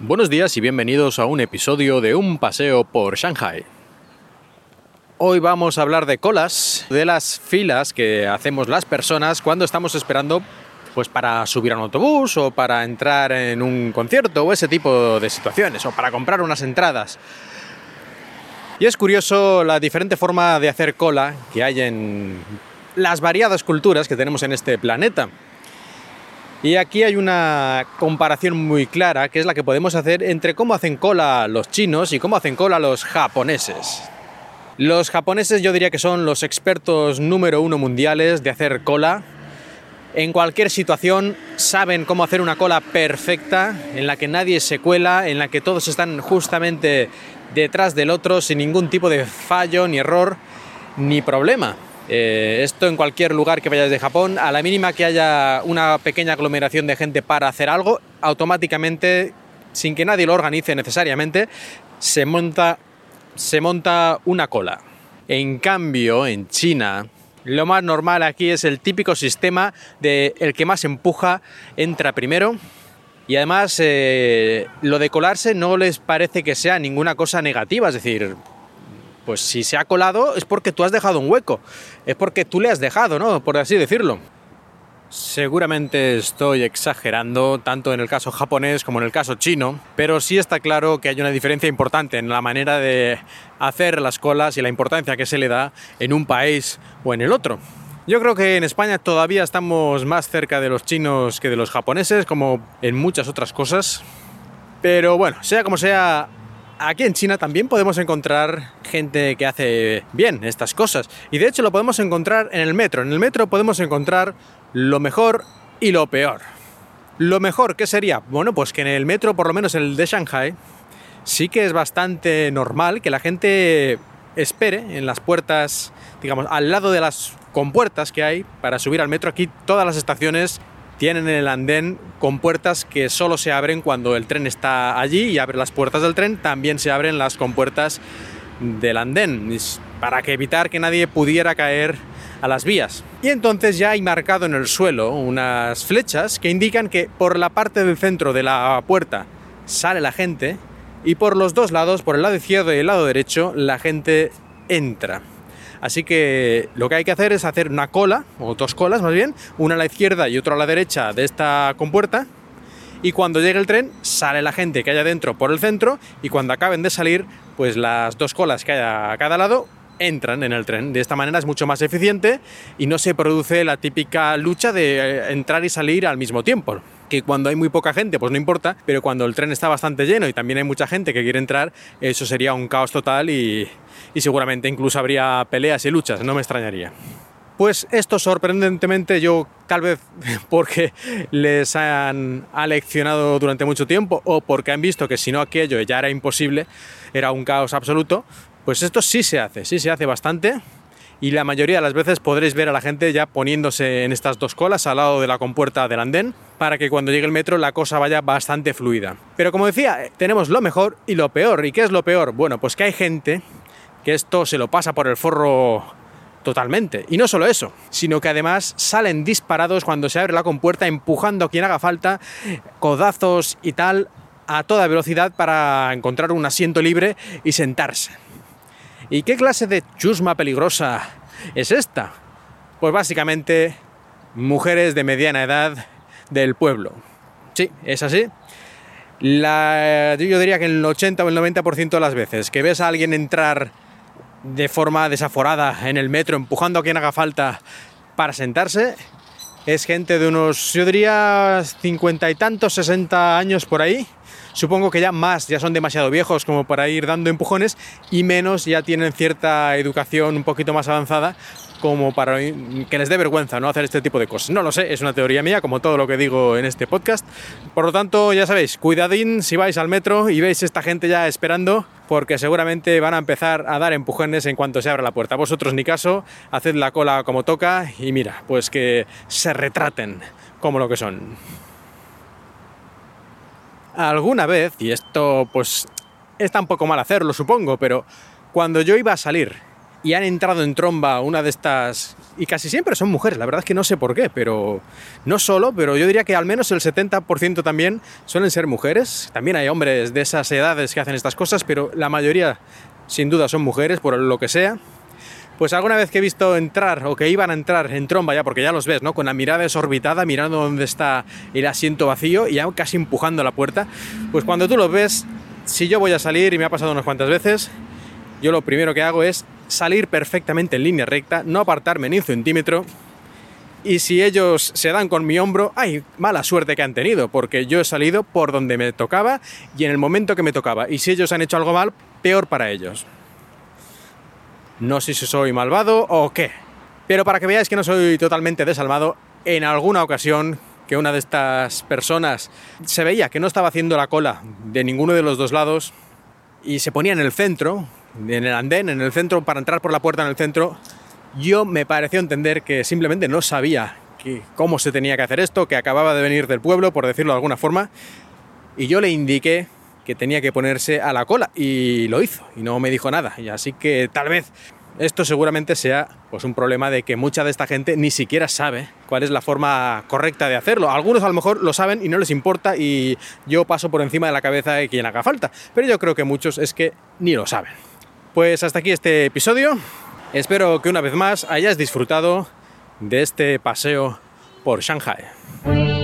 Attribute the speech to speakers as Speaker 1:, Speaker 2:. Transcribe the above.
Speaker 1: Buenos días y bienvenidos a un episodio de Un paseo por Shanghai. Hoy vamos a hablar de colas, de las filas que hacemos las personas cuando estamos esperando pues para subir a un autobús o para entrar en un concierto o ese tipo de situaciones, o para comprar unas entradas. Y es curioso la diferente forma de hacer cola que hay en las variadas culturas que tenemos en este planeta. Y aquí hay una comparación muy clara, que es la que podemos hacer entre cómo hacen cola los chinos y cómo hacen cola los japoneses. Los japoneses yo diría que son los expertos número uno mundiales de hacer cola. En cualquier situación saben cómo hacer una cola perfecta, en la que nadie se cuela, en la que todos están justamente detrás del otro sin ningún tipo de fallo, ni error, ni problema. Esto en cualquier lugar que vayas de Japón, a la mínima que haya una pequeña aglomeración de gente para hacer algo, automáticamente, sin que nadie lo organice necesariamente, se monta una cola. En cambio, en China, lo más normal aquí es el típico sistema de el que más empuja entra primero. Y además, lo de colarse no les parece que sea ninguna cosa negativa, es decir, pues si se ha colado es porque tú has dejado un hueco, es porque tú le has dejado, ¿no? Por así decirlo. Seguramente estoy exagerando, tanto en el caso japonés como en el caso chino, pero sí está claro que hay una diferencia importante en la manera de hacer las colas y la importancia que se le da en un país o en el otro. Yo creo que en España todavía estamos más cerca de los chinos que de los japoneses, como en muchas otras cosas. Pero bueno, sea como sea, aquí en China también podemos encontrar gente que hace bien estas cosas. Y de hecho lo podemos encontrar en el metro. En el metro podemos encontrar lo mejor y lo peor. Lo mejor, ¿qué sería? Bueno, pues que en el metro, por lo menos el de Shanghai, sí que es bastante normal que la gente espere en las puertas, digamos, al lado de las compuertas que hay para subir al metro. Aquí todas las estaciones tienen el andén con puertas que solo se abren cuando el tren está allí, y abre las puertas del tren, también se abren las compuertas del andén, para que evitar que nadie pudiera caer a las vías. Y entonces ya hay marcado en el suelo unas flechas que indican que por la parte del centro de la puerta sale la gente y por los dos lados, por el lado izquierdo y el lado derecho, la gente entra. Así que lo que hay que hacer es hacer una cola, o dos colas más bien, una a la izquierda y otra a la derecha de esta compuerta, y cuando llegue el tren sale la gente que haya dentro por el centro, y cuando acaben de salir, pues las dos colas que haya a cada lado entran en el tren. De esta manera es mucho más eficiente y no se produce la típica lucha de entrar y salir al mismo tiempo, que cuando hay muy poca gente pues no importa, pero cuando el tren está bastante lleno y también hay mucha gente que quiere entrar, eso sería un caos total y seguramente incluso habría peleas y luchas, no me extrañaría. Pues esto, sorprendentemente, yo tal vez porque les han aleccionado durante mucho tiempo o porque han visto que si no aquello ya era imposible, era un caos absoluto, pues esto sí se hace bastante. Y la mayoría de las veces podréis ver a la gente ya poniéndose en estas dos colas al lado de la compuerta del andén, para que cuando llegue el metro la cosa vaya bastante fluida. Pero como decía, tenemos lo mejor y lo peor. ¿Y qué es lo peor? Bueno, pues que hay gente que esto se lo pasa por el forro totalmente. Y no solo eso, sino que además salen disparados cuando se abre la compuerta, empujando a quien haga falta, codazos y tal, a toda velocidad para encontrar un asiento libre y sentarse. ¿Y qué clase de chusma peligrosa es esta? Pues básicamente mujeres de mediana edad del pueblo. Sí, es así. Yo diría que el 80 o el 90% de las veces que ves a alguien entrar de forma desaforada en el metro, empujando a quien haga falta para sentarse, es gente de unos, yo diría, 50 y tantos, 60 años por ahí. Supongo que ya son demasiado viejos como para ir dando empujones, y menos ya tienen cierta educación un poquito más avanzada como para que les dé vergüenza no hacer este tipo de cosas. No lo sé, es una teoría mía, como todo lo que digo en este podcast. Por lo tanto, ya sabéis, cuidadín si vais al metro y veis esta gente ya esperando, porque seguramente van a empezar a dar empujones en cuanto se abra la puerta. Vosotros ni caso, haced la cola como toca y mira, pues que se retraten como lo que son. Alguna vez, y esto pues está un poco mal hacerlo supongo, pero cuando yo iba a salir y han entrado en tromba una de estas, y casi siempre son mujeres, la verdad es que no sé por qué, pero no solo, pero yo diría que al menos el 70% también suelen ser mujeres. También hay hombres de esas edades que hacen estas cosas, pero la mayoría sin duda son mujeres, por lo que sea. Pues alguna vez que he visto entrar o que iban a entrar en tromba ya, porque ya los ves, ¿no? Con la mirada desorbitada, mirando dónde está el asiento vacío y ya casi empujando la puerta, pues cuando tú los ves, si yo voy a salir, y me ha pasado unas cuantas veces, yo lo primero que hago es salir perfectamente en línea recta, no apartarme ni un centímetro, y si ellos se dan con mi hombro, ¡ay! Mala suerte que han tenido, porque yo he salido por donde me tocaba y en el momento que me tocaba, y si ellos han hecho algo mal, peor para ellos. No sé si soy malvado o qué, pero para que veáis que no soy totalmente desalmado, en alguna ocasión que una de estas personas se veía que no estaba haciendo la cola de ninguno de los dos lados y se ponía en el centro, en el andén, en el centro, para entrar por la puerta en el centro, yo me pareció entender que simplemente no sabía cómo se tenía que hacer esto, que acababa de venir del pueblo, por decirlo de alguna forma, y yo le indiqué que tenía que ponerse a la cola y lo hizo y no me dijo nada. Y así que tal vez esto seguramente sea pues un problema de que mucha de esta gente ni siquiera sabe cuál es la forma correcta de hacerlo. Algunos a lo mejor lo saben y no les importa y yo paso por encima de la cabeza de quien haga falta, pero yo creo que muchos es que ni lo saben. Pues hasta aquí este episodio. Espero que una vez más hayas disfrutado de este paseo por Shanghai.